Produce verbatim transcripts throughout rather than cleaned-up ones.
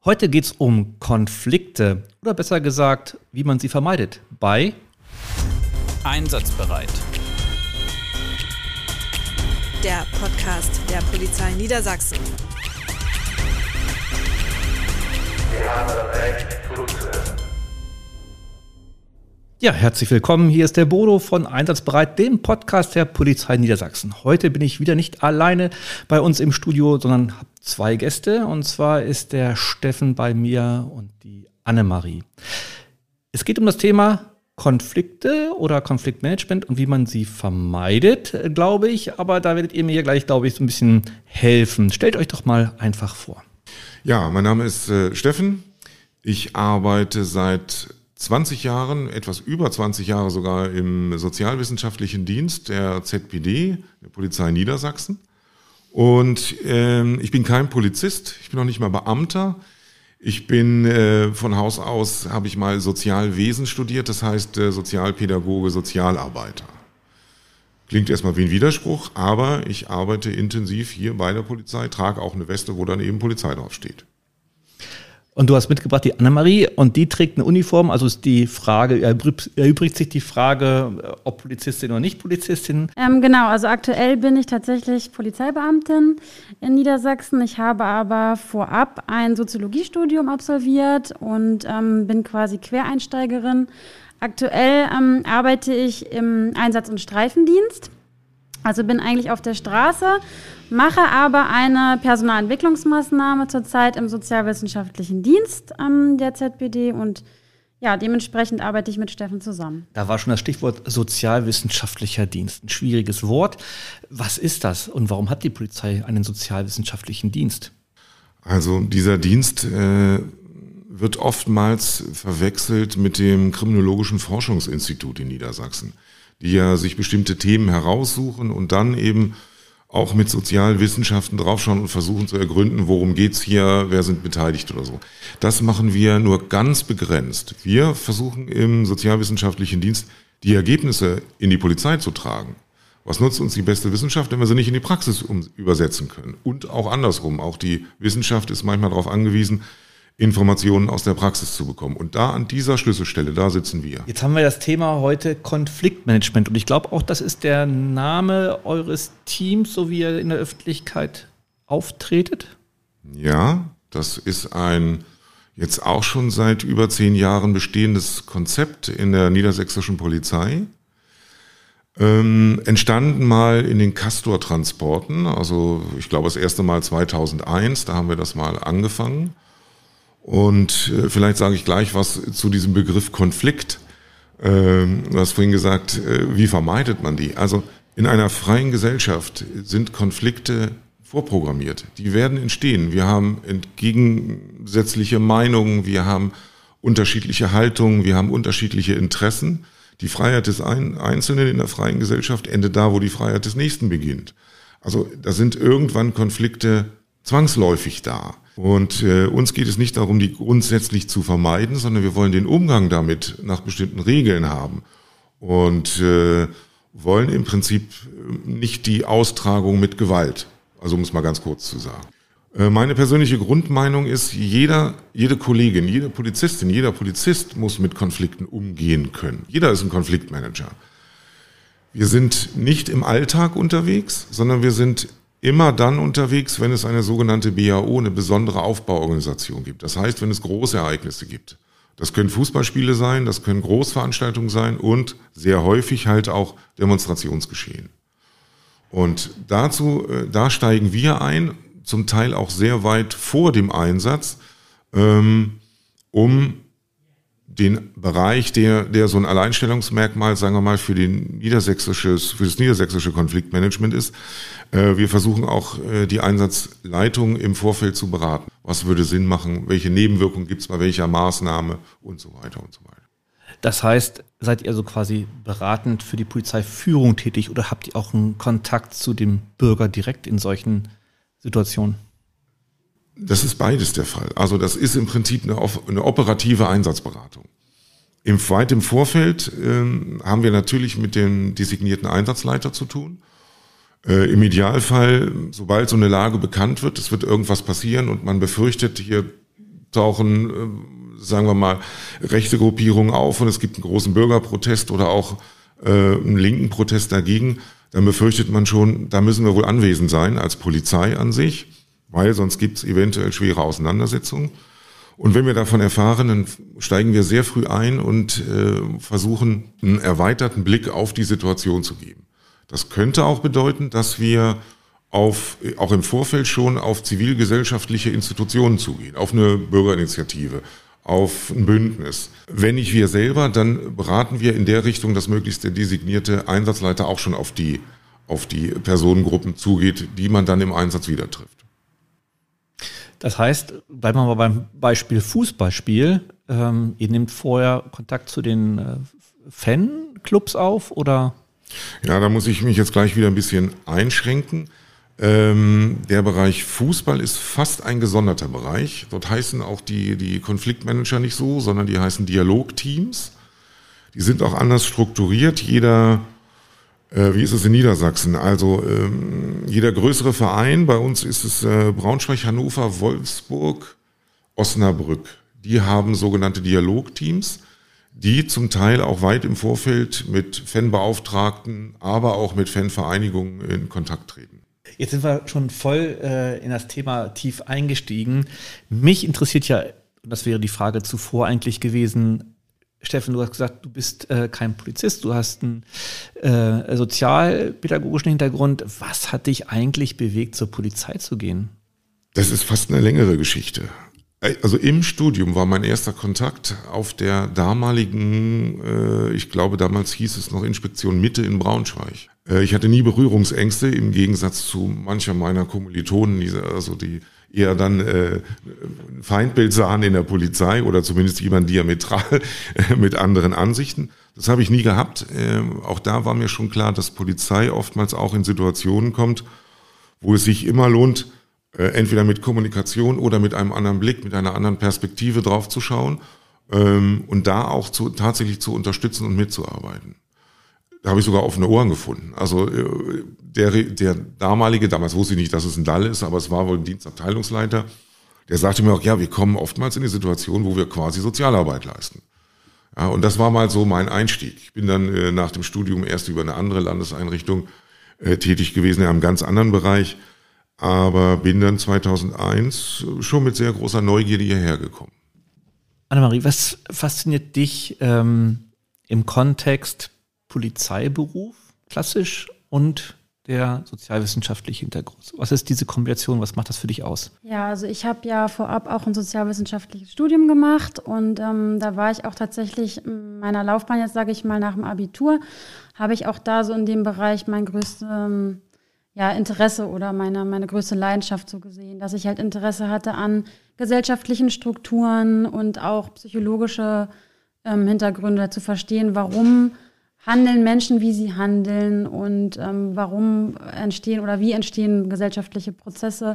Heute geht es um Konflikte oder besser gesagt, wie man sie vermeidet bei Einsatzbereit. Der Podcast der Polizei Niedersachsen. Wir haben das Recht zuzuhören. Ja, herzlich willkommen. Hier ist der Bodo von Einsatzbereit, dem Podcast der Polizei Niedersachsen. Heute bin ich wieder nicht alleine bei uns im Studio, sondern habe zwei Gäste. Und zwar ist der Steffen bei mir und die Annemarie. Es geht um das Thema Konflikte oder Konfliktmanagement und wie man sie vermeidet, glaube ich. Aber da werdet ihr mir gleich, glaube ich, so ein bisschen helfen. Stellt euch doch mal einfach vor. Ja, mein Name ist äh, Steffen. Ich arbeite seit zwanzig Jahren, etwas über zwanzig Jahre sogar im sozialwissenschaftlichen Dienst der Z P D, der Polizei Niedersachsen. Und ähm, ich bin kein Polizist, ich bin auch nicht mal Beamter. Ich bin äh, von Haus aus, habe ich mal Sozialwesen studiert, das heißt äh, Sozialpädagoge, Sozialarbeiter. Klingt erstmal wie ein Widerspruch, aber ich arbeite intensiv hier bei der Polizei, trage auch eine Weste, wo dann eben Polizei draufsteht. Und du hast mitgebracht die Annemarie und die trägt eine Uniform, also ist die Frage, erübrigt sich die Frage, ob Polizistin oder nicht Polizistin? Ähm, genau, also aktuell bin ich tatsächlich Polizeibeamtin in Niedersachsen. Ich habe aber vorab ein Soziologiestudium absolviert und ähm, bin quasi Quereinsteigerin. Aktuell ähm, arbeite ich im Einsatz- und Streifendienst. Also bin eigentlich auf der Straße, mache aber eine Personalentwicklungsmaßnahme zurzeit im sozialwissenschaftlichen Dienst ähm, der Z P D und ja, dementsprechend arbeite ich mit Steffen zusammen. Da war schon das Stichwort sozialwissenschaftlicher Dienst, ein schwieriges Wort. Was ist das und warum hat die Polizei einen sozialwissenschaftlichen Dienst? Also dieser Dienst äh, wird oftmals verwechselt mit dem Kriminologischen Forschungsinstitut in Niedersachsen, die ja sich bestimmte Themen heraussuchen und dann eben auch mit Sozialwissenschaften draufschauen und versuchen zu ergründen, worum geht's hier, wer sind beteiligt oder so. Das machen wir nur ganz begrenzt. Wir versuchen im sozialwissenschaftlichen Dienst die Ergebnisse in die Polizei zu tragen. Was nutzt uns die beste Wissenschaft, wenn wir sie nicht in die Praxis um, übersetzen können? Und auch andersrum. Auch die Wissenschaft ist manchmal darauf angewiesen, Informationen aus der Praxis zu bekommen. Und da an dieser Schlüsselstelle, da sitzen wir. Jetzt haben wir das Thema heute Konfliktmanagement. Und ich glaube auch, das ist der Name eures Teams, so wie ihr in der Öffentlichkeit auftretet. Ja, das ist ein jetzt auch schon seit über zehn Jahren bestehendes Konzept in der niedersächsischen Polizei. Ähm, entstanden mal in den Castor-Transporten. Also ich glaube das erste Mal zweitausendeins, da haben wir das mal angefangen. Und äh, vielleicht sage ich gleich was zu diesem Begriff Konflikt. Ähm, du hast vorhin gesagt, äh, wie vermeidet man die? Also in einer freien Gesellschaft sind Konflikte vorprogrammiert. Die werden entstehen. Wir haben entgegensätzliche Meinungen, wir haben unterschiedliche Haltungen, wir haben unterschiedliche Interessen. Die Freiheit des Einzelnen in der freien Gesellschaft endet da, wo die Freiheit des Nächsten beginnt. Also da sind irgendwann Konflikte zwangsläufig da. Und äh, uns geht es nicht darum, die grundsätzlich zu vermeiden, sondern wir wollen den Umgang damit nach bestimmten Regeln haben und äh, wollen im Prinzip nicht die Austragung mit Gewalt, also um es mal ganz kurz zu sagen. Äh, meine persönliche Grundmeinung ist, jeder, jede Kollegin, jede Polizistin, jeder Polizist muss mit Konflikten umgehen können. Jeder ist ein Konfliktmanager. Wir sind nicht im Alltag unterwegs, sondern wir sind immer dann unterwegs, wenn es eine sogenannte B A O, eine besondere Aufbauorganisation gibt. Das heißt, wenn es große Ereignisse gibt. Das können Fußballspiele sein, das können Großveranstaltungen sein und sehr häufig halt auch Demonstrationsgeschehen. Und dazu, da steigen wir ein, zum Teil auch sehr weit vor dem Einsatz, ähm, um den Bereich, der, der so ein Alleinstellungsmerkmal, sagen wir mal, für den niedersächsisches, für das niedersächsische Konfliktmanagement ist. Äh, wir versuchen auch, äh, die Einsatzleitung im Vorfeld zu beraten. Was würde Sinn machen? Welche Nebenwirkungen gibt es bei welcher Maßnahme? Und so weiter und so weiter. Das heißt, seid ihr so quasi beratend für die Polizeiführung tätig oder habt ihr auch einen Kontakt zu dem Bürger direkt in solchen Situationen? Das ist beides der Fall. Also das ist im Prinzip eine, eine operative Einsatzberatung. Im, weit im Vorfeld äh, haben wir natürlich mit dem designierten Einsatzleiter zu tun. Äh, Im Idealfall, sobald so eine Lage bekannt wird, es wird irgendwas passieren und man befürchtet, hier tauchen, äh, sagen wir mal, rechte Gruppierungen auf und es gibt einen großen Bürgerprotest oder auch äh, einen linken Protest dagegen, dann befürchtet man schon, da müssen wir wohl anwesend sein als Polizei an sich, weil sonst gibt es eventuell schwere Auseinandersetzungen. Und wenn wir davon erfahren, dann steigen wir sehr früh ein und äh, versuchen, einen erweiterten Blick auf die Situation zu geben. Das könnte auch bedeuten, dass wir auf, auch im Vorfeld schon auf zivilgesellschaftliche Institutionen zugehen, auf eine Bürgerinitiative, auf ein Bündnis. Wenn nicht wir selber, dann beraten wir in der Richtung, dass möglichst der designierte Einsatzleiter auch schon auf die, auf die Personengruppen zugeht, die man dann im Einsatz wieder trifft. Das heißt, bleiben wir mal beim Beispiel Fußballspiel. Ähm, ihr nehmt vorher Kontakt zu den äh, Fanclubs auf, oder? Ja, da muss ich mich jetzt gleich wieder ein bisschen einschränken. Ähm, der Bereich Fußball ist fast ein gesonderter Bereich. Dort heißen auch die, die Konfliktmanager nicht so, sondern die heißen Dialogteams. Die sind auch anders strukturiert. Jeder, äh, wie ist es in Niedersachsen? Also ähm, jeder größere Verein, bei uns ist es äh, Braunschweig, Hannover, Wolfsburg, Osnabrück. Die haben sogenannte Dialogteams, die zum Teil auch weit im Vorfeld mit Fanbeauftragten, aber auch mit Fanvereinigungen in Kontakt treten. Jetzt sind wir schon voll äh, in das Thema tief eingestiegen. Mich interessiert ja, und das wäre die Frage zuvor eigentlich gewesen, Steffen, du hast gesagt, du bist äh, kein Polizist, du hast einen äh, sozialpädagogischen Hintergrund. Was hat dich eigentlich bewegt, zur Polizei zu gehen? Das ist fast eine längere Geschichte. Also im Studium war mein erster Kontakt auf der damaligen, äh, ich glaube damals hieß es noch Inspektion Mitte in Braunschweig. Äh, ich hatte nie Berührungsängste im Gegensatz zu mancher meiner Kommilitonen, die, also die eher dann äh, ein Feindbild sahen in der Polizei oder zumindest jemand diametral äh, mit anderen Ansichten. Das habe ich nie gehabt. Äh, auch da war mir schon klar, dass Polizei oftmals auch in Situationen kommt, wo es sich immer lohnt, entweder mit Kommunikation oder mit einem anderen Blick, mit einer anderen Perspektive drauf zu schauen ähm, und da auch zu, tatsächlich zu unterstützen und mitzuarbeiten. Da habe ich sogar offene Ohren gefunden. Also äh, der, der damalige, damals wusste ich nicht, dass es ein Dall ist, aber es war wohl ein Dienstabteilungsleiter, der sagte mir auch, ja, wir kommen oftmals in die Situation, wo wir quasi Sozialarbeit leisten. Ja, und das war mal so mein Einstieg. Ich bin dann äh, nach dem Studium erst über eine andere Landeseinrichtung äh, tätig gewesen, in einem ganz anderen Bereich. Aber bin dann zweitausendeins schon mit sehr großer Neugierde hierher gekommen. Annemarie, was fasziniert dich ähm, im Kontext Polizeiberuf, klassisch, und der sozialwissenschaftliche Hintergrund? Was ist diese Kombination? Was macht das für dich aus? Ja, also ich habe ja vorab auch ein sozialwissenschaftliches Studium gemacht und ähm, da war ich auch tatsächlich in meiner Laufbahn, jetzt sage ich mal nach dem Abitur, habe ich auch da so in dem Bereich mein größtes ähm, ja, Interesse oder meine, meine größte Leidenschaft so gesehen, dass ich halt Interesse hatte an gesellschaftlichen Strukturen und auch psychologische ähm, Hintergründe zu verstehen, warum handeln Menschen, wie sie handeln und ähm, warum entstehen oder wie entstehen gesellschaftliche Prozesse.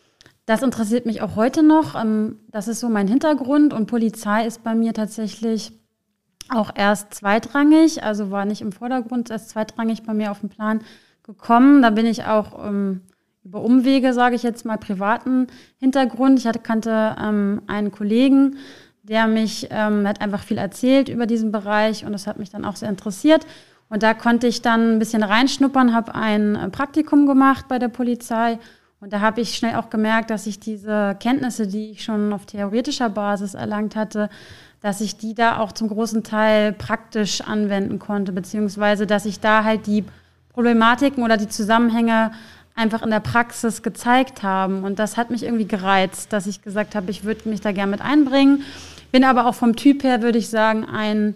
Das interessiert mich auch heute noch. Ähm, das ist so mein Hintergrund und Polizei ist bei mir tatsächlich auch erst zweitrangig, also war nicht im Vordergrund, erst zweitrangig bei mir auf dem Plan gekommen. Da bin ich auch ähm, über Umwege, sage ich jetzt mal, privaten Hintergrund. Ich hatte, kannte ähm, einen Kollegen, der mich, ähm, hat einfach viel erzählt über diesen Bereich und das hat mich dann auch sehr interessiert. Und da konnte ich dann ein bisschen reinschnuppern, habe ein äh, Praktikum gemacht bei der Polizei und da habe ich schnell auch gemerkt, dass ich diese Kenntnisse, die ich schon auf theoretischer Basis erlangt hatte, dass ich die da auch zum großen Teil praktisch anwenden konnte, beziehungsweise dass ich da halt die Problematiken oder die Zusammenhänge einfach in der Praxis gezeigt haben. Und das hat mich irgendwie gereizt, dass ich gesagt habe, ich würde mich da gerne mit einbringen. Bin aber auch vom Typ her, würde ich sagen, ein,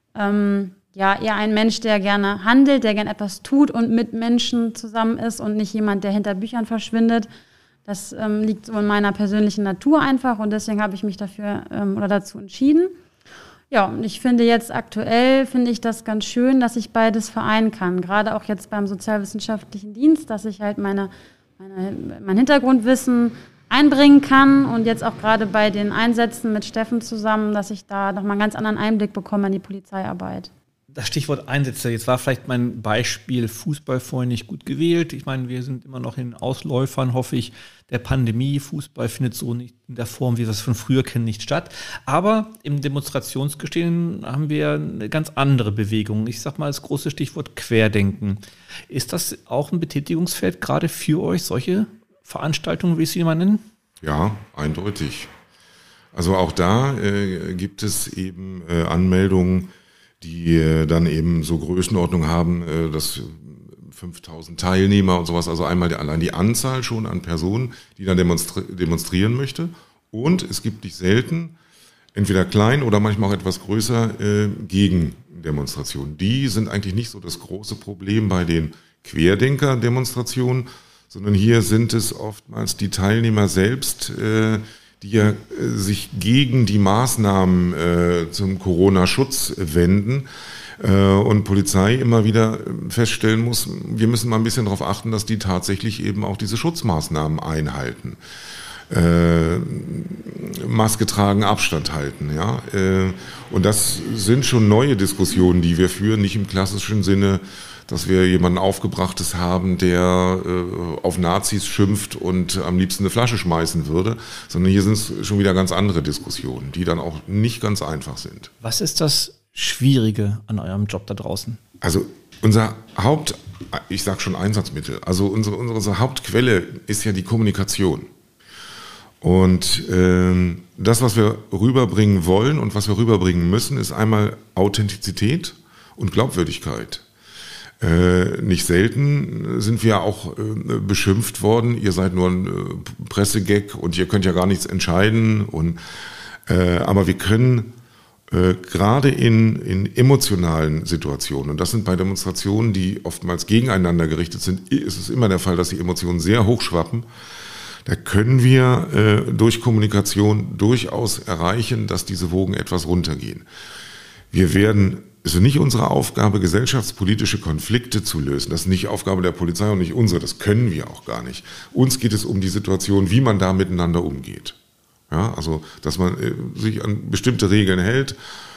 ähm, ja, eher ein Mensch, der gerne handelt, der gerne etwas tut und mit Menschen zusammen ist und nicht jemand, der hinter Büchern verschwindet. Das ähm, liegt so in meiner persönlichen Natur einfach und deswegen habe ich mich dafür ähm, oder dazu entschieden. Ja, und ich finde jetzt aktuell, finde ich das ganz schön, dass ich beides vereinen kann. Gerade auch jetzt beim sozialwissenschaftlichen Dienst, dass ich halt meine, meine, mein Hintergrundwissen einbringen kann und jetzt auch gerade bei den Einsätzen mit Steffen zusammen, dass ich da nochmal einen ganz anderen Einblick bekomme in die Polizeiarbeit. Das Stichwort Einsätze. Jetzt war vielleicht mein Beispiel Fußball vorhin nicht gut gewählt. Ich meine, wir sind immer noch in Ausläufern, hoffe ich, der Pandemie. Fußball findet so nicht in der Form, wie wir es von früher kennen, nicht statt. Aber im Demonstrationsgeschehen haben wir eine ganz andere Bewegung. Ich sage mal das große Stichwort Querdenken. Ist das auch ein Betätigungsfeld gerade für euch, solche Veranstaltungen, wie Sie mal nennen? Ja, eindeutig. Also auch da äh, gibt es eben äh, Anmeldungen, die äh, dann eben so Größenordnung haben, äh, dass fünftausend Teilnehmer und sowas, also einmal die, allein die Anzahl schon an Personen, die dann demonstri- demonstrieren möchte. Und es gibt nicht selten, entweder klein oder manchmal auch etwas größer, äh, Gegendemonstrationen. Die sind eigentlich nicht so das große Problem bei den Querdenker-Demonstrationen, sondern hier sind es oftmals die Teilnehmer selbst, äh, die ja äh, sich gegen die Maßnahmen äh, zum Corona-Schutz wenden äh, und Polizei immer wieder feststellen muss, wir müssen mal ein bisschen darauf achten, dass die tatsächlich eben auch diese Schutzmaßnahmen einhalten. Äh, Maske tragen, Abstand halten, ja. Äh, und das sind schon neue Diskussionen, die wir führen, nicht im klassischen Sinne, dass wir jemanden Aufgebrachtes haben, der äh, auf Nazis schimpft und am liebsten eine Flasche schmeißen würde, sondern hier sind es schon wieder ganz andere Diskussionen, die dann auch nicht ganz einfach sind. Was ist das Schwierige an eurem Job da draußen? Also unser Haupt, ich sag schon Einsatzmittel, also unsere, unsere Hauptquelle ist ja die Kommunikation. Und ähm, das, was wir rüberbringen wollen und was wir rüberbringen müssen, ist einmal Authentizität und Glaubwürdigkeit. Äh, nicht selten sind wir auch äh, beschimpft worden, ihr seid nur ein äh, Pressegag und ihr könnt ja gar nichts entscheiden. Und, äh, aber wir können äh, gerade in, in emotionalen Situationen, und das sind bei Demonstrationen, die oftmals gegeneinander gerichtet sind, ist es immer der Fall, dass die Emotionen sehr hochschwappen. Da können wir äh, durch Kommunikation durchaus erreichen, dass diese Wogen etwas runtergehen. Wir werden, es ist nicht unsere Aufgabe, gesellschaftspolitische Konflikte zu lösen. Das ist nicht Aufgabe der Polizei und nicht unsere. Das können wir auch gar nicht. Uns geht es um die Situation, wie man da miteinander umgeht. Ja, also, dass man äh, sich an bestimmte Regeln hält,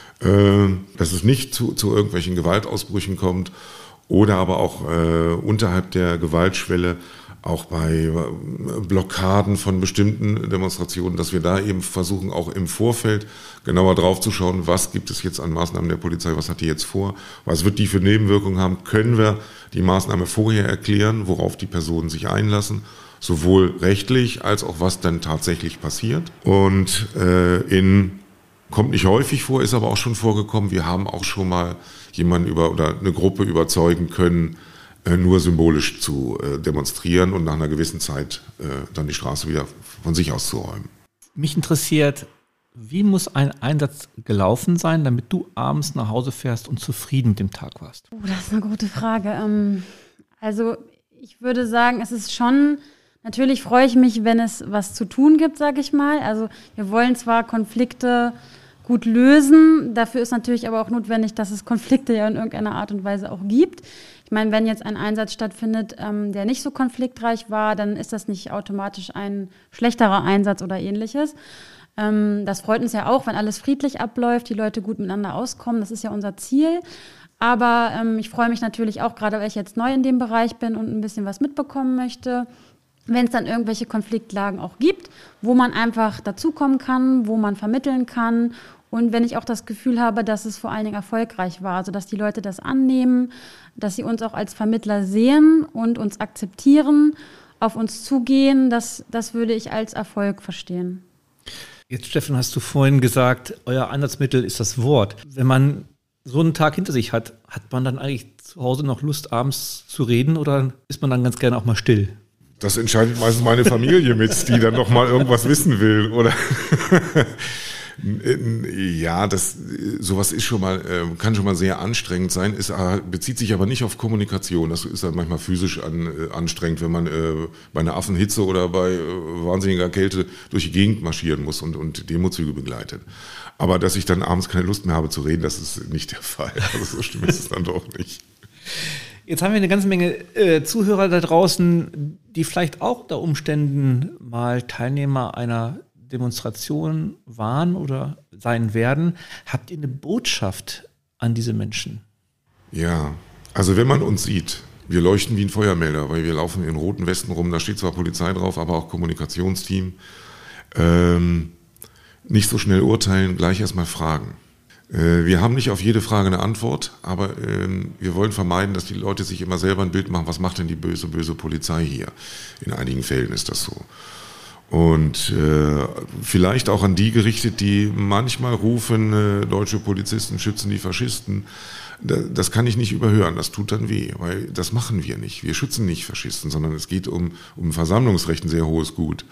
äh, dass es nicht zu, zu irgendwelchen Gewaltausbrüchen kommt oder aber auch äh, unterhalb der Gewaltschwelle, auch bei Blockaden von bestimmten Demonstrationen, dass wir da eben versuchen, auch im Vorfeld genauer drauf zu schauen, was gibt es jetzt an Maßnahmen der Polizei, was hat die jetzt vor, was wird die für Nebenwirkungen haben, können wir die Maßnahme vorher erklären, worauf die Personen sich einlassen, sowohl rechtlich als auch was dann tatsächlich passiert. Und äh, in kommt nicht häufig vor, ist aber auch schon vorgekommen, wir haben auch schon mal jemanden über oder eine Gruppe überzeugen können, nur symbolisch zu äh, demonstrieren und nach einer gewissen Zeit äh, dann die Straße wieder von sich aus zu räumen. Mich interessiert, wie muss ein Einsatz gelaufen sein, damit du abends nach Hause fährst und zufrieden mit dem Tag warst? Oh, das ist eine gute Frage. Ähm, also ich würde sagen, es ist schon, natürlich freue ich mich, wenn es was zu tun gibt, sage ich mal. Also wir wollen zwar Konflikte gut lösen, dafür ist natürlich aber auch notwendig, dass es Konflikte ja in irgendeiner Art und Weise auch gibt. Ich meine, wenn jetzt ein Einsatz stattfindet, ähm, der nicht so konfliktreich war, dann ist das nicht automatisch ein schlechterer Einsatz oder ähnliches. Ähm, das freut uns ja auch, wenn alles friedlich abläuft, die Leute gut miteinander auskommen. Das ist ja unser Ziel. Aber ähm, ich freue mich natürlich auch, gerade weil ich jetzt neu in dem Bereich bin und ein bisschen was mitbekommen möchte, wenn es dann irgendwelche Konfliktlagen auch gibt, wo man einfach dazukommen kann, wo man vermitteln kann. Und wenn ich auch das Gefühl habe, dass es vor allen Dingen erfolgreich war, also dass die Leute das annehmen, dass sie uns auch als Vermittler sehen und uns akzeptieren, auf uns zugehen, das, das würde ich als Erfolg verstehen. Jetzt, Steffen, hast du vorhin gesagt, euer Einsatzmittel ist das Wort. Wenn man so einen Tag hinter sich hat, hat man dann eigentlich zu Hause noch Lust, abends zu reden oder ist man dann ganz gerne auch mal still? Das entscheidet meistens meine Familie mit, die dann noch mal irgendwas wissen will, oder? Ja, das, sowas ist schon mal, kann schon mal sehr anstrengend sein, ist, bezieht sich aber nicht auf Kommunikation. Das ist dann manchmal physisch an, anstrengend, wenn man äh, bei einer Affenhitze oder bei äh, wahnsinniger Kälte durch die Gegend marschieren muss und, und Demozüge begleitet. Aber dass ich dann abends keine Lust mehr habe zu reden, das ist nicht der Fall. Also so schlimm ist es dann doch nicht. Jetzt haben wir eine ganze Menge äh, Zuhörer da draußen, die vielleicht auch unter Umständen mal Teilnehmer einer Demonstration waren oder sein werden. Habt ihr eine Botschaft an diese Menschen? Ja, also wenn man uns sieht, wir leuchten wie ein Feuermelder, weil wir laufen in roten Westen rum, da steht zwar Polizei drauf, aber auch Kommunikationsteam. Ähm, nicht so schnell urteilen, gleich erstmal fragen. Äh, wir haben nicht auf jede Frage eine Antwort, aber ähm, wir wollen vermeiden, dass die Leute sich immer selber ein Bild machen, was macht denn die böse, böse Polizei hier? In einigen Fällen ist das so. Und äh, vielleicht auch an die gerichtet, die manchmal rufen, äh, deutsche Polizisten schützen die Faschisten. Da, das kann ich nicht überhören, das tut dann weh, weil das machen wir nicht. Wir schützen nicht Faschisten, sondern es geht um, um Versammlungsrecht, ein sehr hohes Gut.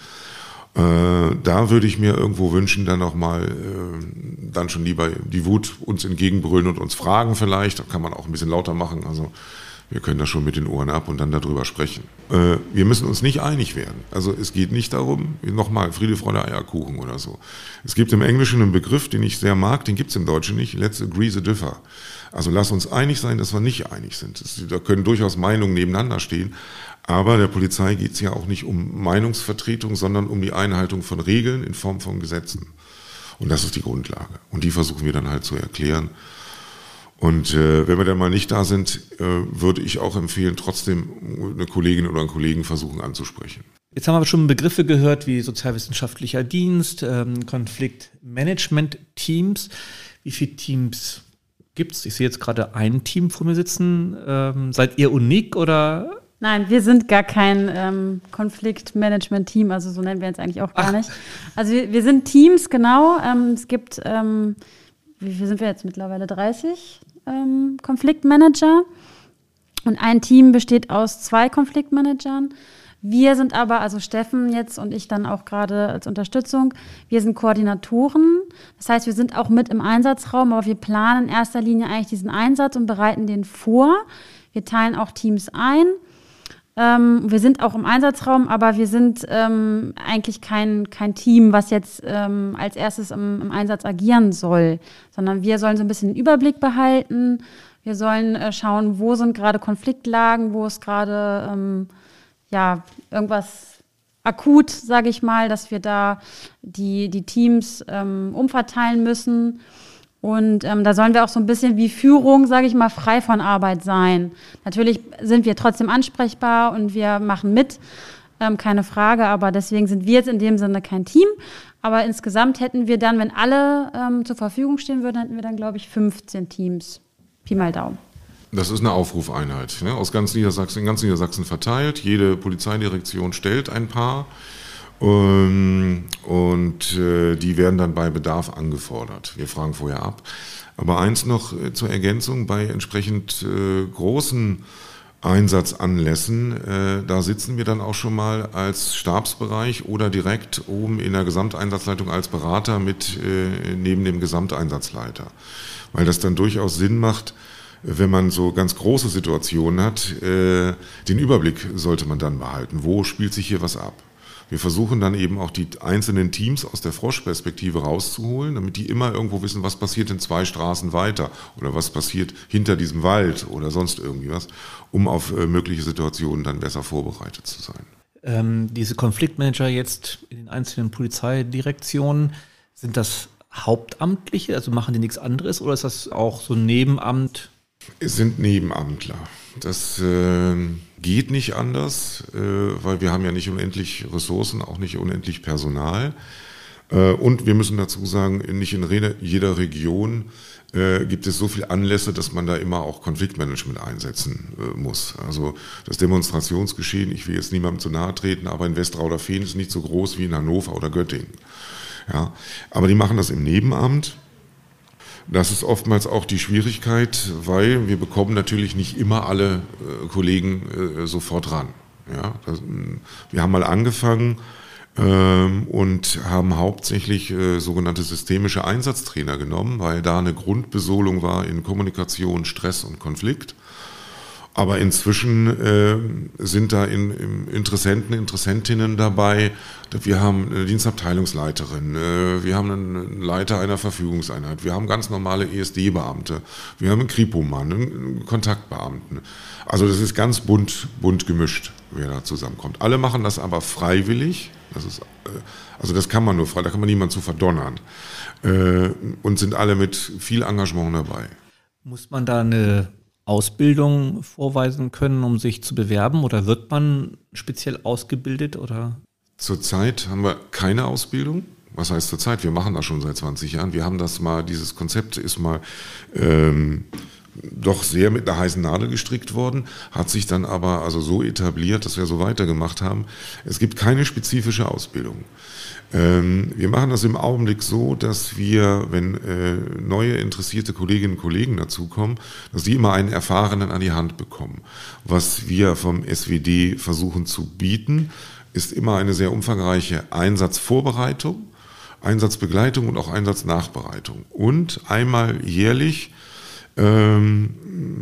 Äh, da würde ich mir irgendwo wünschen, dann auch mal äh, dann schon lieber die Wut uns entgegenbrüllen und uns fragen vielleicht. Da kann man auch ein bisschen lauter machen, also wir können da schon mit den Ohren ab und dann darüber sprechen. Äh, wir müssen uns nicht einig werden. Also es geht nicht darum, nochmal Friede, Freude, Eierkuchen oder so. Es gibt im Englischen einen Begriff, den ich sehr mag, den gibt es im Deutschen nicht. Let's agree the differ. Also lass uns einig sein, dass wir nicht einig sind. Das, da können durchaus Meinungen nebeneinander stehen. Aber der Polizei geht es ja auch nicht um Meinungsvertretung, sondern um die Einhaltung von Regeln in Form von Gesetzen. Und das ist die Grundlage. Und die versuchen wir dann halt zu erklären. Und äh, wenn wir dann mal nicht da sind, äh, würde ich auch empfehlen, trotzdem eine Kollegin oder einen Kollegen versuchen anzusprechen. Jetzt haben wir schon Begriffe gehört wie sozialwissenschaftlicher Dienst, ähm, Konfliktmanagement-Teams. Wie viele Teams gibt es? Ich sehe jetzt gerade ein Team vor mir sitzen. Ähm, seid ihr unik oder? Nein, wir sind gar kein ähm, Konfliktmanagement-Team, also so nennen wir uns eigentlich auch gar Ach. nicht. Also wir, wir sind Teams, genau. Ähm, es gibt, ähm, wie viel sind wir jetzt mittlerweile? dreißig ähm, Konfliktmanager. Und ein Team besteht aus zwei Konfliktmanagern. Wir sind aber, also Steffen jetzt und ich dann auch gerade als Unterstützung, wir sind Koordinatoren. Das heißt, wir sind auch mit im Einsatzraum, aber wir planen in erster Linie eigentlich diesen Einsatz und bereiten den vor. Wir teilen auch Teams ein. Ähm, wir sind auch im Einsatzraum, aber wir sind ähm, eigentlich kein, kein Team, was jetzt ähm, als erstes im, im Einsatz agieren soll, sondern wir sollen so ein bisschen den Überblick behalten. Wir sollen äh, schauen, wo sind gerade Konfliktlagen, wo ist gerade ähm, ja, irgendwas akut, sage ich mal, dass wir da die, die Teams ähm, umverteilen müssen. Und ähm, da sollen wir auch so ein bisschen wie Führung, sage ich mal, frei von Arbeit sein. Natürlich sind wir trotzdem ansprechbar und wir machen mit, ähm, keine Frage. Aber deswegen sind wir jetzt in dem Sinne kein Team. Aber insgesamt hätten wir dann, wenn alle ähm, zur Verfügung stehen würden, hätten wir dann, glaube ich, fünfzehn Teams. Pi mal Daumen. Das ist eine Aufrufeinheit, ne? Aus ganz Niedersachsen, in ganz Niedersachsen verteilt. Jede Polizeidirektion stellt ein paar. Und, und äh, die werden dann bei Bedarf angefordert. Wir fragen vorher ab. Aber eins noch äh, zur Ergänzung, bei entsprechend äh, großen Einsatzanlässen, äh, da sitzen wir dann auch schon mal als Stabsbereich oder direkt oben in der Gesamteinsatzleitung als Berater mit äh, neben dem Gesamteinsatzleiter. Weil das dann durchaus Sinn macht, wenn man so ganz große Situationen hat, äh, den Überblick sollte man dann behalten. Wo spielt sich hier was ab? Wir versuchen dann eben auch die einzelnen Teams aus der Froschperspektive rauszuholen, damit die immer irgendwo wissen, was passiert in zwei Straßen weiter oder was passiert hinter diesem Wald oder sonst irgendwie was, um auf äh, mögliche Situationen dann besser vorbereitet zu sein. Ähm, diese Konfliktmanager jetzt in den einzelnen Polizeidirektionen, sind das Hauptamtliche, also machen die nichts anderes oder ist das auch so ein Nebenamt? Es sind Nebenamtler. Das äh, geht nicht anders, äh, weil wir haben ja nicht unendlich Ressourcen, auch nicht unendlich Personal. Äh, und wir müssen dazu sagen, nicht in jeder Region äh, gibt es so viele Anlässe, dass man da immer auch Konfliktmanagement einsetzen äh, muss. Also das Demonstrationsgeschehen, ich will jetzt niemandem zu nahe treten, aber in Westrauderfehn ist nicht so groß wie in Hannover oder Göttingen. Ja, aber die machen das im Nebenamt. Das ist oftmals auch die Schwierigkeit, weil wir bekommen natürlich nicht immer alle äh, Kollegen äh, sofort ran. Ja, das, wir haben mal angefangen ähm, und haben hauptsächlich äh, sogenannte systemische Einsatztrainer genommen, weil da eine Grundbesolung war in Kommunikation, Stress und Konflikt. Aber inzwischen äh, sind da in, in Interessenten, Interessentinnen dabei. Wir haben eine Dienstabteilungsleiterin, äh, wir haben einen Leiter einer Verfügungseinheit, wir haben ganz normale E S D-Beamte, wir haben einen Kripo-Mann, einen Kontaktbeamten. Also das ist ganz bunt, bunt gemischt, wer da zusammenkommt. Alle machen das aber freiwillig. Das ist, äh, also das kann man nur frei, da kann man niemanden zu verdonnern. Äh, und sind alle mit viel Engagement dabei. Muss man da eine Ausbildung vorweisen können, um sich zu bewerben? Oder wird man speziell ausgebildet? Oder? Zurzeit haben wir keine Ausbildung. Was heißt zurzeit? Wir machen das schon seit zwanzig Jahren. Wir haben das mal, dieses Konzept ist mal ähm, doch sehr mit einer heißen Nadel gestrickt worden, hat sich dann aber also so etabliert, dass wir so weitergemacht haben. Es gibt keine spezifische Ausbildung. Ähm, wir machen das im Augenblick so, dass wir, wenn äh, neue interessierte Kolleginnen und Kollegen dazukommen, dass die immer einen Erfahrenen an die Hand bekommen. Was wir vom S W D versuchen zu bieten, ist immer eine sehr umfangreiche Einsatzvorbereitung, Einsatzbegleitung und auch Einsatznachbereitung. Und einmal jährlich, ähm,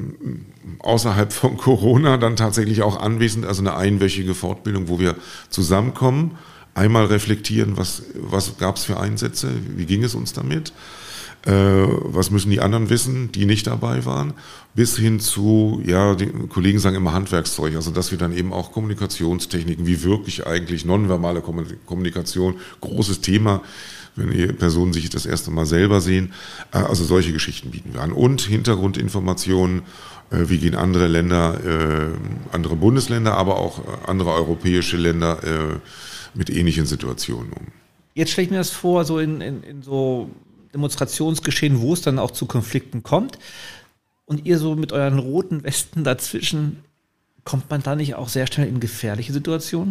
außerhalb von Corona, dann tatsächlich auch anwesend, also eine einwöchige Fortbildung, wo wir zusammenkommen, einmal reflektieren, was, was gab es für Einsätze, wie ging es uns damit, äh, was müssen die anderen wissen, die nicht dabei waren, bis hin zu, ja, die Kollegen sagen immer Handwerkszeug, also dass wir dann eben auch Kommunikationstechniken, wie wirklich eigentlich nonverbale Kommunikation, großes Thema, wenn die Personen sich das erste Mal selber sehen, äh, also solche Geschichten bieten wir an. Und Hintergrundinformationen, äh, wie gehen andere Länder, äh, andere Bundesländer, aber auch andere europäische Länder äh, mit ähnlichen Situationen um. Jetzt stelle ich mir das vor, so in, in, in so Demonstrationsgeschehen, wo es dann auch zu Konflikten kommt und ihr so mit euren roten Westen dazwischen, kommt man da nicht auch sehr schnell in gefährliche Situationen?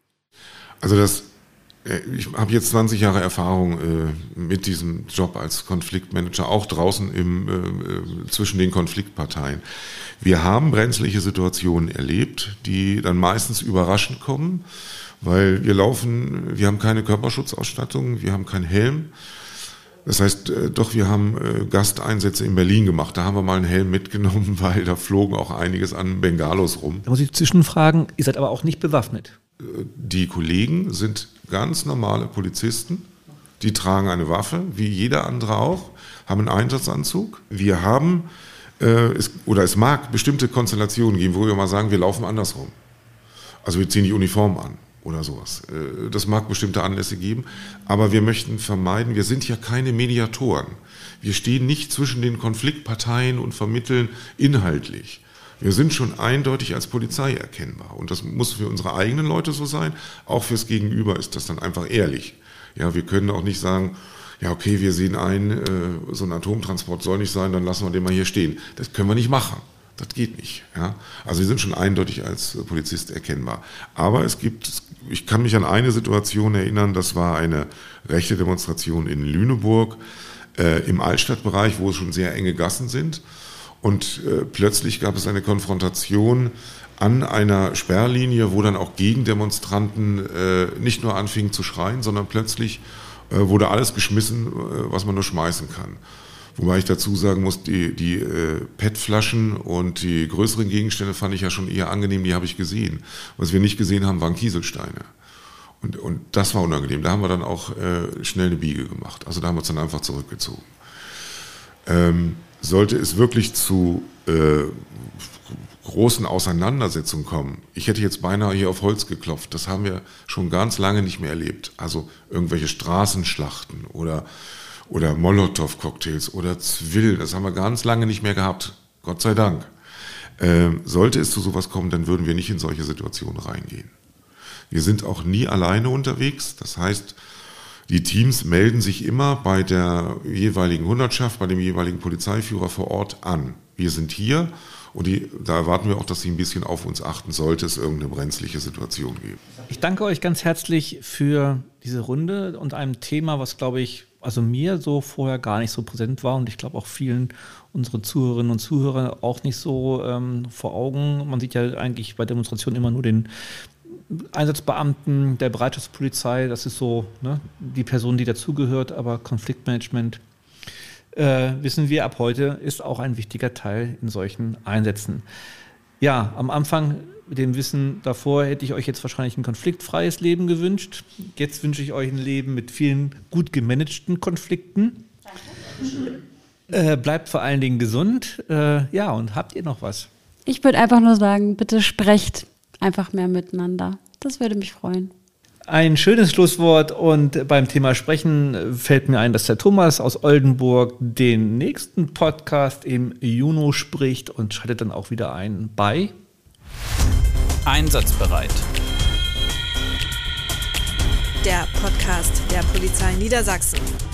Also das, ich habe jetzt zwanzig Jahre Erfahrung äh, mit diesem Job als Konfliktmanager, auch draußen im, äh, zwischen den Konfliktparteien. Wir haben brenzliche Situationen erlebt, die dann meistens überraschend kommen, weil wir laufen, wir haben keine Körperschutzausstattung, wir haben keinen Helm. Das heißt, äh, doch, wir haben äh, Gasteinsätze in Berlin gemacht. Da haben wir mal einen Helm mitgenommen, weil da flogen auch einiges an Bengalos rum. Da muss ich zwischenfragen, ihr seid aber auch nicht bewaffnet. Die Kollegen sind ganz normale Polizisten, die tragen eine Waffe, wie jeder andere auch, haben einen Einsatzanzug. Wir haben, äh, es, oder es mag bestimmte Konstellationen geben, wo wir mal sagen, wir laufen andersrum. Also wir ziehen die Uniform an oder sowas. Äh, das mag bestimmte Anlässe geben, aber wir möchten vermeiden, wir sind ja keine Mediatoren. Wir stehen nicht zwischen den Konfliktparteien und vermitteln inhaltlich. Wir sind schon eindeutig als Polizei erkennbar und das muss für unsere eigenen Leute so sein, auch fürs Gegenüber ist das dann einfach ehrlich. Ja, wir können auch nicht sagen, ja okay, wir sehen ein, äh, so ein Atomtransport soll nicht sein, dann lassen wir den mal hier stehen. Das können wir nicht machen, das geht nicht. Ja? Also wir sind schon eindeutig als Polizist erkennbar. Aber es gibt, ich kann mich an eine Situation erinnern, das war eine rechte Demonstration in Lüneburg äh, im Altstadtbereich, wo es schon sehr enge Gassen sind. Und äh, plötzlich gab es eine Konfrontation an einer Sperrlinie, wo dann auch Gegendemonstranten äh, nicht nur anfingen zu schreien, sondern plötzlich äh, wurde alles geschmissen, äh, was man nur schmeißen kann. Wobei ich dazu sagen muss, die, die äh, P E T-Flaschen und die größeren Gegenstände fand ich ja schon eher angenehm, die habe ich gesehen. Was wir nicht gesehen haben, waren Kieselsteine. Und, und das war unangenehm. Da haben wir dann auch äh, schnell eine Biege gemacht. Also da haben wir uns dann einfach zurückgezogen. Ähm, Sollte es wirklich zu äh, großen Auseinandersetzungen kommen, ich hätte jetzt beinahe hier auf Holz geklopft, das haben wir schon ganz lange nicht mehr erlebt. Also irgendwelche Straßenschlachten oder, oder Molotow-Cocktails oder Zwill, das haben wir ganz lange nicht mehr gehabt, Gott sei Dank. Ähm, sollte es zu sowas kommen, dann würden wir nicht in solche Situationen reingehen. Wir sind auch nie alleine unterwegs, das heißt, die Teams melden sich immer bei der jeweiligen Hundertschaft, bei dem jeweiligen Polizeiführer vor Ort an. Wir sind hier und die, da erwarten wir auch, dass sie ein bisschen auf uns achten, sollte es irgendeine brenzliche Situation geben. Ich danke euch ganz herzlich für diese Runde und einem Thema, was, glaube ich, also mir so vorher gar nicht so präsent war und ich glaube auch vielen unseren Zuhörerinnen und Zuhörern auch nicht so ähm, vor Augen. Man sieht ja eigentlich bei Demonstrationen immer nur den Einsatzbeamten der Bereitschaftspolizei, das ist so, ne, die Person, die dazugehört, aber Konfliktmanagement, äh, wissen wir ab heute, ist auch ein wichtiger Teil in solchen Einsätzen. Ja, am Anfang mit dem Wissen davor hätte ich euch jetzt wahrscheinlich ein konfliktfreies Leben gewünscht. Jetzt wünsche ich euch ein Leben mit vielen gut gemanagten Konflikten. Danke. Äh, bleibt vor allen Dingen gesund. Äh, ja, und habt ihr noch was? Ich würde einfach nur sagen, bitte sprecht einfach mehr miteinander. Das würde mich freuen. Ein schönes Schlusswort und beim Thema Sprechen fällt mir ein, dass der Thomas aus Oldenburg den nächsten Podcast im Juni spricht und schaltet dann auch wieder ein bei Einsatzbereit. Der Podcast der Polizei Niedersachsen.